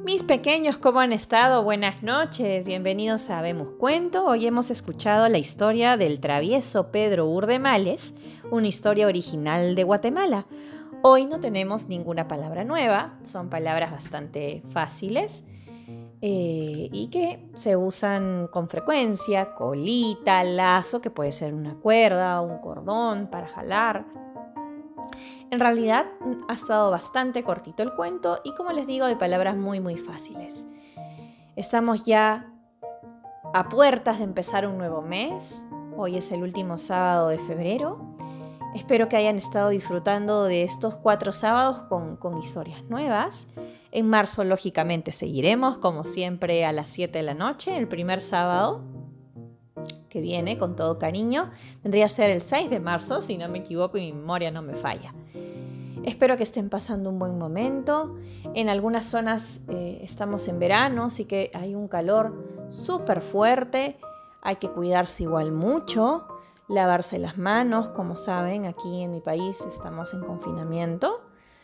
Mis pequeños, ¿cómo han estado? Buenas noches, bienvenidos a Habemos Cuento. Hoy hemos escuchado la historia del travieso Pedro Urdemales, una historia original de Guatemala. Hoy no tenemos ninguna palabra nueva, son palabras bastante fáciles y que se usan con frecuencia: colita, lazo, que puede ser una cuerda o un cordón para jalar. En realidad ha estado bastante cortito el cuento y, como les digo, de palabras muy fáciles. Estamos ya a puertas de empezar un nuevo mes. Hoy es el último sábado de febrero. Espero que hayan estado disfrutando de estos 4 sábados con historias nuevas. En marzo, lógicamente, seguiremos, como siempre, a las 7 de la noche, el primer sábado que viene, con todo cariño. Vendría a ser el 6 de marzo, si no me equivoco y mi memoria no me falla. Espero que estén pasando un buen momento. En algunas zonas estamos en verano, así que hay un calor súper fuerte. Hay que cuidarse igual mucho, lavarse las manos. Como saben, aquí en mi país estamos en confinamiento.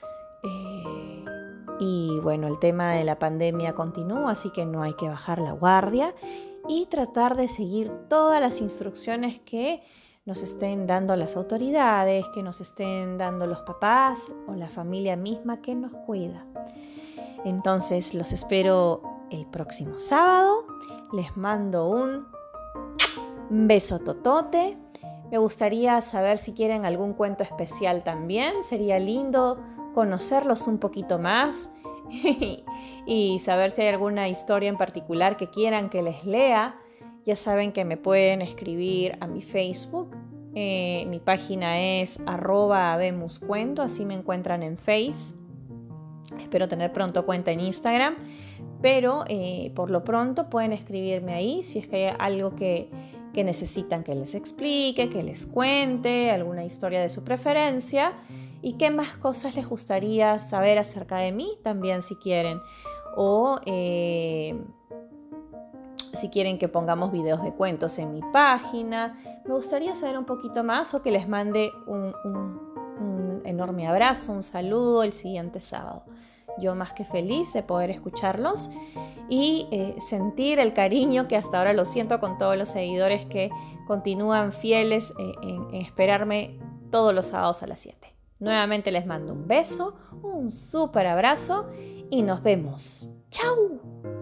Y bueno, el tema de la pandemia continúa, así que no hay que bajar la guardia y tratar de seguir todas las instrucciones que nos estén dando las autoridades, que nos estén dando los papás o la familia misma que nos cuida. Entonces los espero el próximo sábado. Les mando un beso totote. Me gustaría saber si quieren algún cuento especial también. Sería lindo conocerlos un poquito más y saber si hay alguna historia en particular que quieran que les lea. Ya saben que me pueden escribir a mi Facebook. Mi página es @habemuscuento, así me encuentran en Face. Espero tener pronto cuenta en Instagram, pero por lo pronto pueden escribirme ahí si es que hay algo que necesitan que les explique, que les cuente, alguna historia de su preferencia y qué más cosas les gustaría saber acerca de mí también, si quieren, o si quieren que pongamos videos de cuentos en mi página. Me gustaría saber un poquito más, o que les mande un enorme abrazo, un saludo el siguiente sábado. Yo más que feliz de poder escucharlos y sentir el cariño que hasta ahora lo siento con todos los seguidores que continúan fieles en esperarme todos los sábados a las 7. Nuevamente les mando un beso, un súper abrazo y nos vemos. ¡Chao!